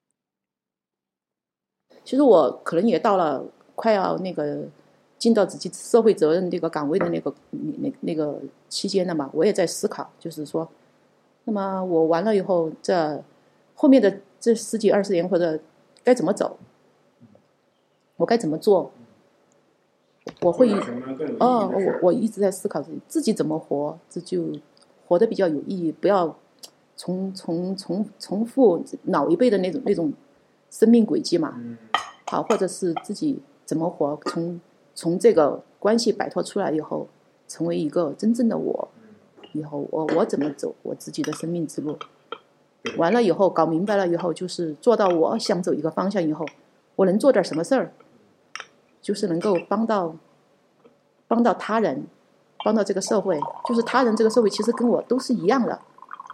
Speaker 2: 其实我可能也到了快要尽到自己社会责任这个岗位的那个期间了嘛，我也在思考，就是说，那么我完了以后，这后面的这10几20年或者该怎么走，我该怎么做？我会我一直在思考自己怎么活，这就活得比较有意义，不要重复老一辈的那种生命轨迹嘛。好，或者是自己怎么活，从这个关系摆脱出来以后，成为一个真正的我。以后我怎么走我自己的生命之路？完了以后搞明白了以后，就是做到我想走一个方向以后，我能做点什么事儿，就是能够帮到他人，帮到这个社会。就是他人这个社会其实跟我都是一样的。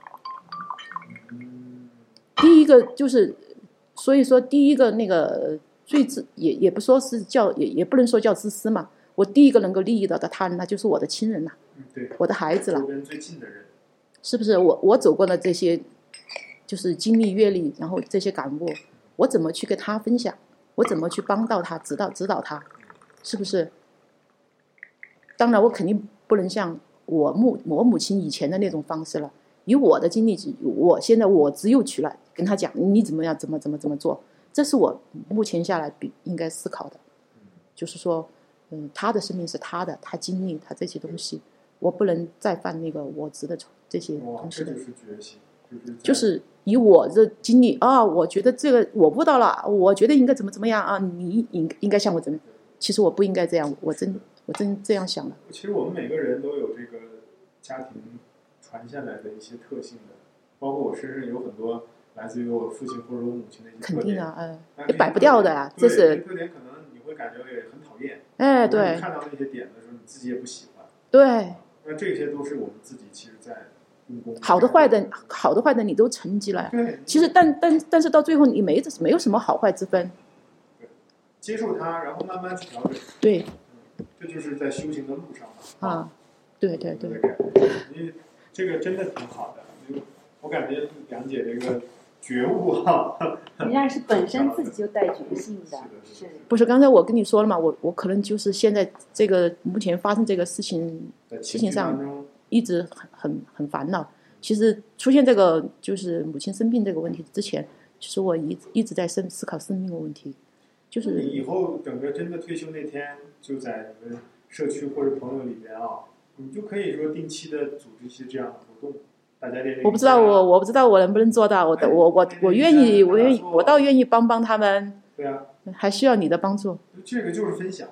Speaker 2: 第一个就是，所以说第一个那个也不说是也不能说叫自私嘛。我第一个能够利益到的他人，那就是我的亲人了，
Speaker 1: 对，
Speaker 2: 我的孩子了，
Speaker 1: 周边最近的人，
Speaker 2: 是不是？我走过的这些，就是经历阅历，然后这些感悟，我怎么去跟他分享？我怎么去帮到他，指导他，是不是？当然，我肯定不能像我母亲以前的那种方式了。以我的经历，我现在我只有去了跟他讲，你怎么样，怎么做，这是我目前下来应该思考的。就是说，他的生命是他的，他经历他这些东西，我不能再犯那个我执的这些东西的。
Speaker 1: 这就是觉醒，
Speaker 2: 就是以我的经历啊，我觉得这个我悟到了，我觉得应该怎么样啊？你应该像我怎么样？其实我不应该这样，我真这样想的。
Speaker 1: 其实我们每个人都有这个家庭传下来的一些特性的，包括我身上有很多来自于我父亲或者我母亲的一些特点。
Speaker 2: 肯定啊，你摆不掉的呀，这是
Speaker 1: 特点，可能你会感觉也很讨厌。
Speaker 2: 哎，对。
Speaker 1: 你看到那些点的时候，你自己也不喜欢。
Speaker 2: 对。
Speaker 1: 那这些都是我们自己其实在
Speaker 2: 好的坏的你都沉积了。
Speaker 1: 对。
Speaker 2: 其实但是到最后你没有什么好坏之分。
Speaker 1: 接受它，然后慢慢去调整。
Speaker 2: 对。
Speaker 1: 这就是在修行的路上嘛。
Speaker 2: 啊，对。
Speaker 1: 因为这个真的挺好的，我感觉梁姐这个觉悟哈，
Speaker 3: 人家是本身自己就带觉性的。是。
Speaker 2: 不是刚才我跟你说了嘛，我可能就是现在这个目前发生这个事情上一直很烦恼。其实出现这个就是母亲生病这个问题之前，其实我一直在思考生命的问题。就是
Speaker 1: 你以后等着真的退休那天，就在你们社区或者朋友里边啊，你就可以说定期的组织一些这样的活动，大家练。
Speaker 2: 我不知道我不知道我能不能做到，我愿意，我倒愿意帮他们。
Speaker 1: 对啊。
Speaker 2: 还需要你的帮助。
Speaker 1: 这个就是分享，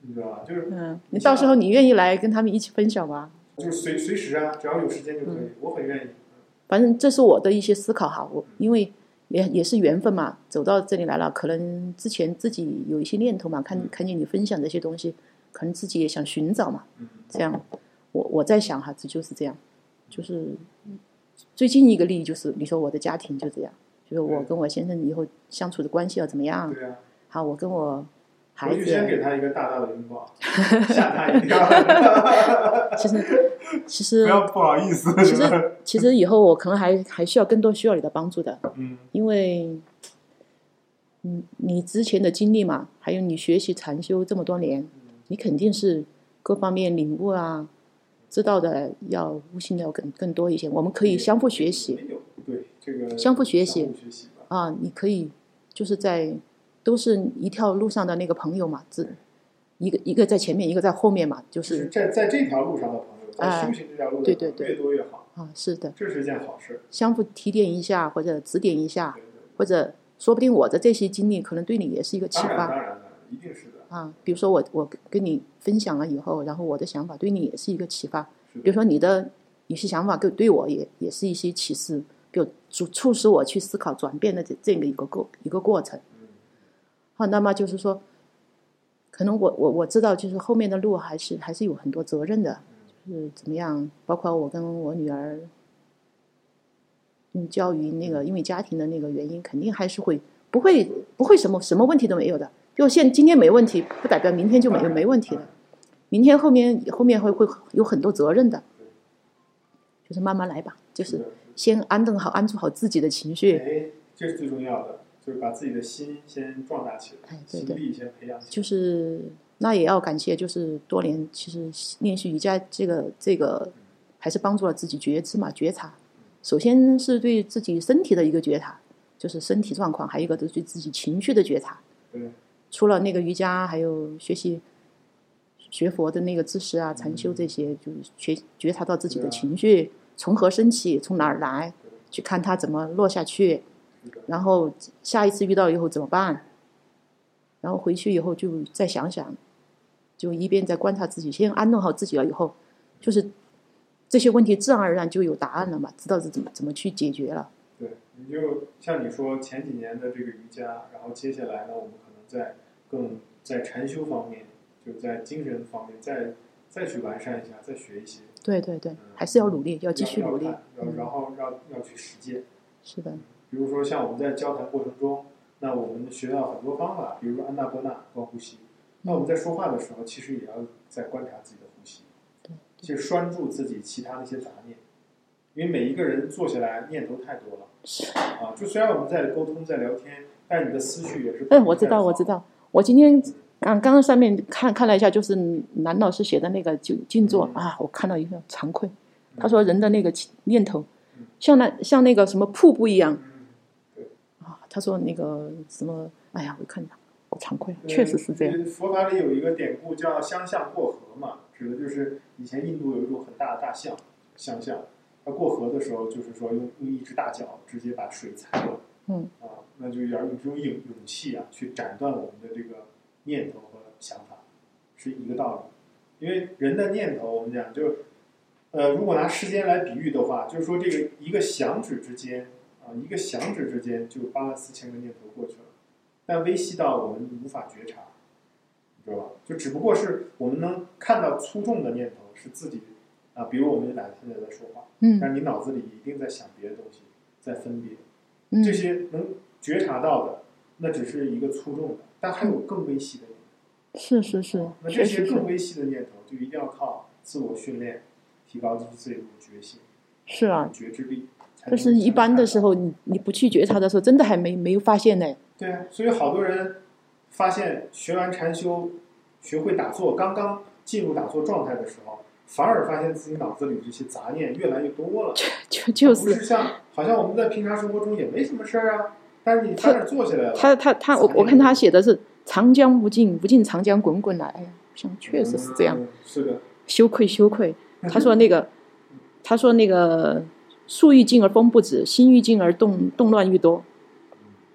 Speaker 1: 你知道吧？就是
Speaker 2: 你到时候你愿意来跟他们一起分享吗？
Speaker 1: 就是随时啊，只要有时间就可以，我很愿意。
Speaker 2: 反正这是我的一些思考哈，我因为也是缘分嘛，走到这里来了，可能之前自己有一些念头嘛，看见你分享这些东西，可能自己也想寻找嘛，这样我在想哈，这就是这样，就是最近一个例就是你说我的家庭就这样，就是我跟我先生以后相处的关系要怎么样？
Speaker 1: 对啊，
Speaker 2: 好，我跟我孩子，
Speaker 1: 我就先给他一个大大的拥抱，吓他一跳。
Speaker 2: 其实
Speaker 1: 不要不好意思。
Speaker 2: 其实以后我可能还需要更多需要你的帮助的，因为你之前的经历嘛，还有你学习禅修这么多年，你肯定是各方面领悟啊，知道的要悟性要更多一些。我们可以相互学习，
Speaker 1: 对这个
Speaker 2: 相互学习啊，你可以就是都是一条路上的那个朋友嘛，一个在前面，一个在后面嘛，就是
Speaker 1: 在这条路上的朋友，在修行这条路上，对，越多越好啊，
Speaker 2: 是的，
Speaker 1: 这是件好事。相
Speaker 2: 互提点一下，或者指点一下，或者说不定我的这些经历可能对你也是一个启发。
Speaker 1: 当然，一定是的
Speaker 2: 啊。比如说我跟你分享了以后，然后我的想法对你也是一个启发。比如说你的一些想法对我也是一些启示，比如促使我去思考转变的这个一个过程。好，那么就是说，可能我知道，就是后面的路还是有很多责任的，就是怎么样，包括我跟我女儿，教育那个，因为家庭的那个原因，肯定还是不会什么问题都没有的。就今天没问题，不代表明天就没问题的，明天后面会有很多责任的，就是慢慢来吧，就是先安住好自己的情绪，
Speaker 1: 这是最重要的。就是把自己的心先壮大起来，心力先培养起来。就是
Speaker 2: 那也要感谢，就是多年其实练习瑜伽这个还是帮助了自己觉知嘛，觉察。首先是对自己身体的一个觉察，就是身体状况；还有一个就是对自己情绪的觉察。
Speaker 1: 对。
Speaker 2: 除了那个瑜伽，还有学佛的那个知识啊、禅修这些，就是觉察到自己的情绪从何升起，从哪儿来，去看它怎么落下去。然后下一次遇到以后怎么办？然后回去以后就再想想，就一边在观察自己，先安顿好自己了以后，就是这些问题自然而然就有答案了嘛，知道是怎么去解决了。
Speaker 1: 对，你就像你说前几年的这个瑜伽，然后接下来呢，我们可能在禅修方面，就在精神方面再去完善一下，再学一些。
Speaker 2: 对，还是要努力，要继续努力，
Speaker 1: 然后要去实践。
Speaker 2: 是的。
Speaker 1: 比如说像我们在交谈过程中，那我们学到很多方法，比如说安娜波纳观呼吸。那我们在说话的时候，其实也要在观察自己的呼吸，去拴住自己其他的一些杂念，因为每一个人坐下来念头太多了啊。就虽然我们在沟通在聊天，但是你的思绪也是。
Speaker 2: 我知道。我今天刚刚上面看了一下，就是南老师写的那个静坐啊，我看到一个惭愧。他说人的那个念头，像那个什么瀑布一样。他说那个什么，哎呀，我看好惭愧，确实是这样。
Speaker 1: 佛法里有一个典故叫相象过河嘛，指的就是以前印度有一种很大的大象，相象，它过河的时候就是说用一只大脚直接把水踩了，那就要用这种勇气啊，去斩断我们的这个念头和想法，是一个道理。因为人的念头，我们讲就，如果拿时间来比喻的话，就是说这个一个响指之间。一个响指之间就84000个念头过去了，但微细到我们无法觉察，你知道吧？就只不过是我们能看到粗重的念头是自己比如我们俩现在在说话，但是你脑子里一定在想别的东西，在分别，这些能觉察到的，那只是一个粗重的，但还有更微细的念头。
Speaker 2: 是。
Speaker 1: 那这些更微细的念头，就一定要靠自我训练，提高自己的觉性，
Speaker 2: 是啊，
Speaker 1: 觉知力。
Speaker 2: 但是一般的时候，你不去觉察的时候，真的还没有发现呢。
Speaker 1: 对啊，所以好多人发现学完禅修，学会打坐，刚刚进入打坐状态的时候，反而发现自己脑子里这些杂念越来越多了。
Speaker 2: 就是
Speaker 1: 不是好像我们在平常生活中也没什么事儿啊，但是你反而坐下来了。
Speaker 2: 我看他写的是长江无尽，无尽长江滚滚来。哎呀，像确实是这样。
Speaker 1: 是的。
Speaker 2: 羞愧。他说那个树欲静而风不止，心欲静而动乱愈多。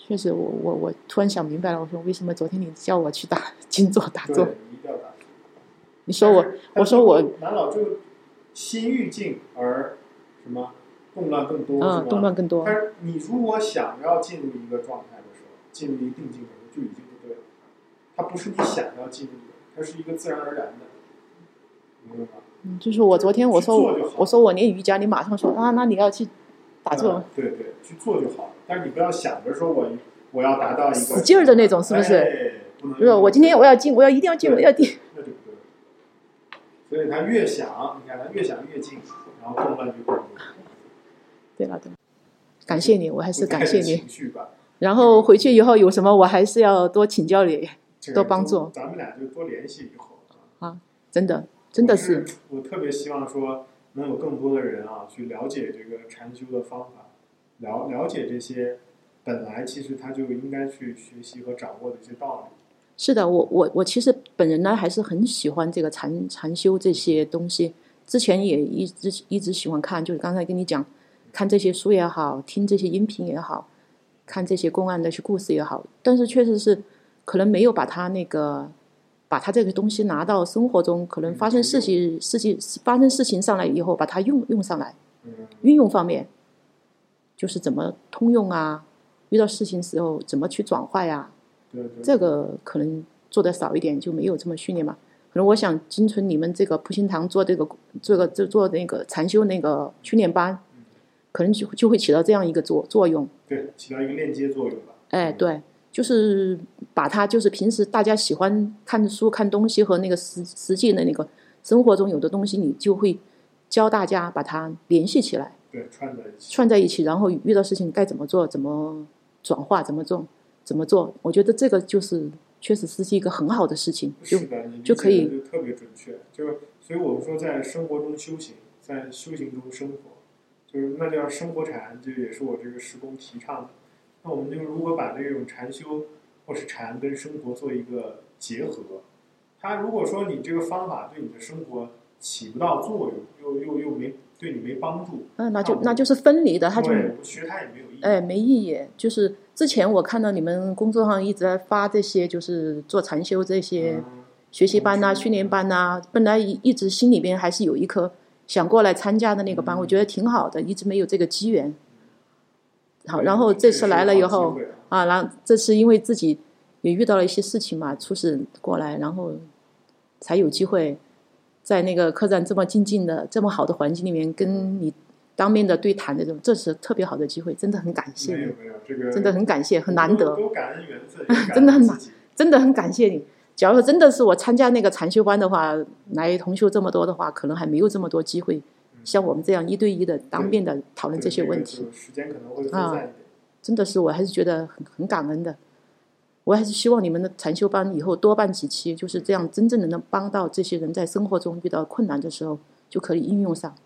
Speaker 2: 确实我突然想明白了，我说为什么昨天你叫我去打静坐打坐？
Speaker 1: 对，一定要打坐。
Speaker 2: 你说我
Speaker 1: 南老就心欲静而什么动乱更多，是吧？
Speaker 2: 动乱更多。
Speaker 1: 但是你如果想要进入一个状态的时候，进入一个定境的时候，就已经不对了。它不是你想要进入的，它是一个自然而然的，明白吗？
Speaker 2: 就是我昨天我说我练瑜伽，你马上说啊，那你要去打坐。
Speaker 1: 对，去做就好了。但是你不要想着说我要达到一个
Speaker 2: 使劲儿的那种，是不是？
Speaker 1: 不是，
Speaker 2: 我今天我要静，我要一定要静，我要定。
Speaker 1: 那就不对了。所以他越想，你看他越想越静，然后动乱就更多。对
Speaker 2: 了，感谢你，我还是感谢你。
Speaker 1: 情绪吧。
Speaker 2: 然后回去以后有什么，我还是要多请教你，多帮助。
Speaker 1: 咱们俩就多联系以后
Speaker 2: 啊，真的是。
Speaker 1: 我特别希望说，能有更多的人啊，去了解这个禅修的方法，了解这些本来其实他就应该去学习和掌握的一些道理。
Speaker 2: 是的，我其实本人呢还是很喜欢这个禅修这些东西，之前也一直喜欢看，就是刚才跟你讲，看这些书也好，听这些音频也好，看这些公案的一些故事也好，但是确实是可能没有把它这个东西拿到生活中，可能发生事情上来以后，把它用上来，运用方面，就是怎么通用啊，遇到事情时候怎么去转化呀。这个可能做的少一点，就没有这么训练嘛。可能我想金春你们这个普心堂做做那个禅修那个训练班，可能就会起到这样一个作用。
Speaker 1: 对，起到一个链接作用吧。
Speaker 2: 哎，对，就是把它就是平时大家喜欢看书看东西和那个实际的那个生活中有的东西，你就会教大家把它联系起来。
Speaker 1: 对，
Speaker 2: 串在一起，然后遇到事情该怎么做，怎么转化，怎么做，我觉得这个就是确实是一个很好的事情，就可以
Speaker 1: 就特别准确。所以我们说，在生活中修行，在修行中生活，就是那叫生活禅，这也是我这个师公提倡的。那我们就如果把这种禅修或是禅跟生活做一个结合，它如果说你这个方法对你的生活起不到作用，又没对你没帮助，
Speaker 2: 那就是分离的，它就
Speaker 1: 学它也没有意义。
Speaker 2: 哎，没意义。就是之前我看到你们公众号一直在发这些，就是做禅修这些学习班呐、训练班呐，本来一直心里边还是有一颗想过来参加的那个班，我觉得挺好的，一直没有这个机缘。好，然后这次来了以后啊，然后这次因为自己也遇到了一些事情嘛，促使过来，然后才有机会在那个客栈这么静静的、这么好的环境里面跟你当面的对谈，这是特别好的机会，真的很感谢你。
Speaker 1: 没有这个
Speaker 2: 真的很感谢，很难得。
Speaker 1: 都感恩缘分，
Speaker 2: 真的很感谢你。假如真的是我参加那个禅修班的话，来同修这么多的话，可能还没有这么多机会。像我们这样一对一的当面的讨论这些问题，
Speaker 1: 时间可能会分散一点。
Speaker 2: 真的是我还是觉得很感恩的。我还是希望你们的禅修班以后多办几期，就是这样真正的能帮到这些人在生活中遇到困难的时候就可以应用上。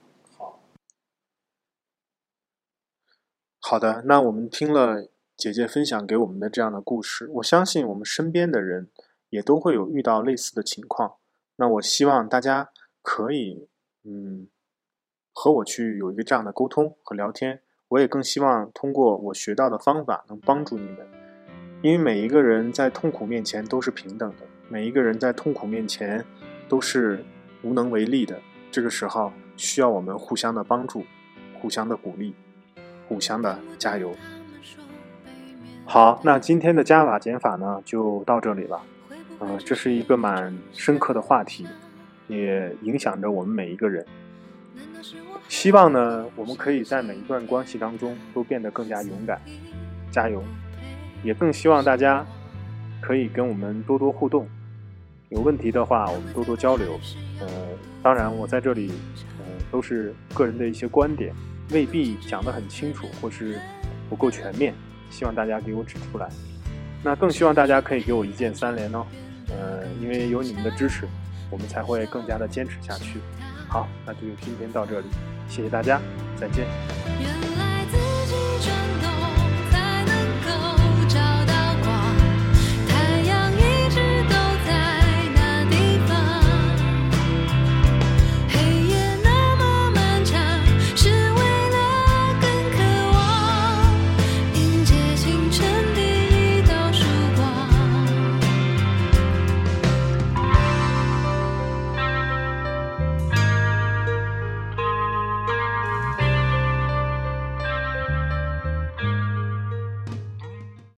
Speaker 1: 好的，那我们听了姐姐分享给我们的这样的故事，我相信我们身边的人也都会有遇到类似的情况。那我希望大家可以和我去有一个这样的沟通和聊天，我也更希望通过我学到的方法能帮助你们。因为每一个人在痛苦面前都是平等的，每一个人在痛苦面前都是无能为力的，这个时候需要我们互相的帮助，互相的鼓励，互相的加油。好，那今天的加法减法呢就到这里了。这是一个蛮深刻的话题，也影响着我们每一个人。希望呢我们可以在每一段关系当中都变得更加勇敢，加油。也更希望大家可以跟我们多多互动，有问题的话我们多多交流。当然我在这里都是个人的一些观点，未必讲得很清楚或是不够全面，希望大家给我指出来。那更希望大家可以给我一键3连哦，因为有你们的支持，我们才会更加的坚持下去。好，那就今天到这里，谢谢大家，再见。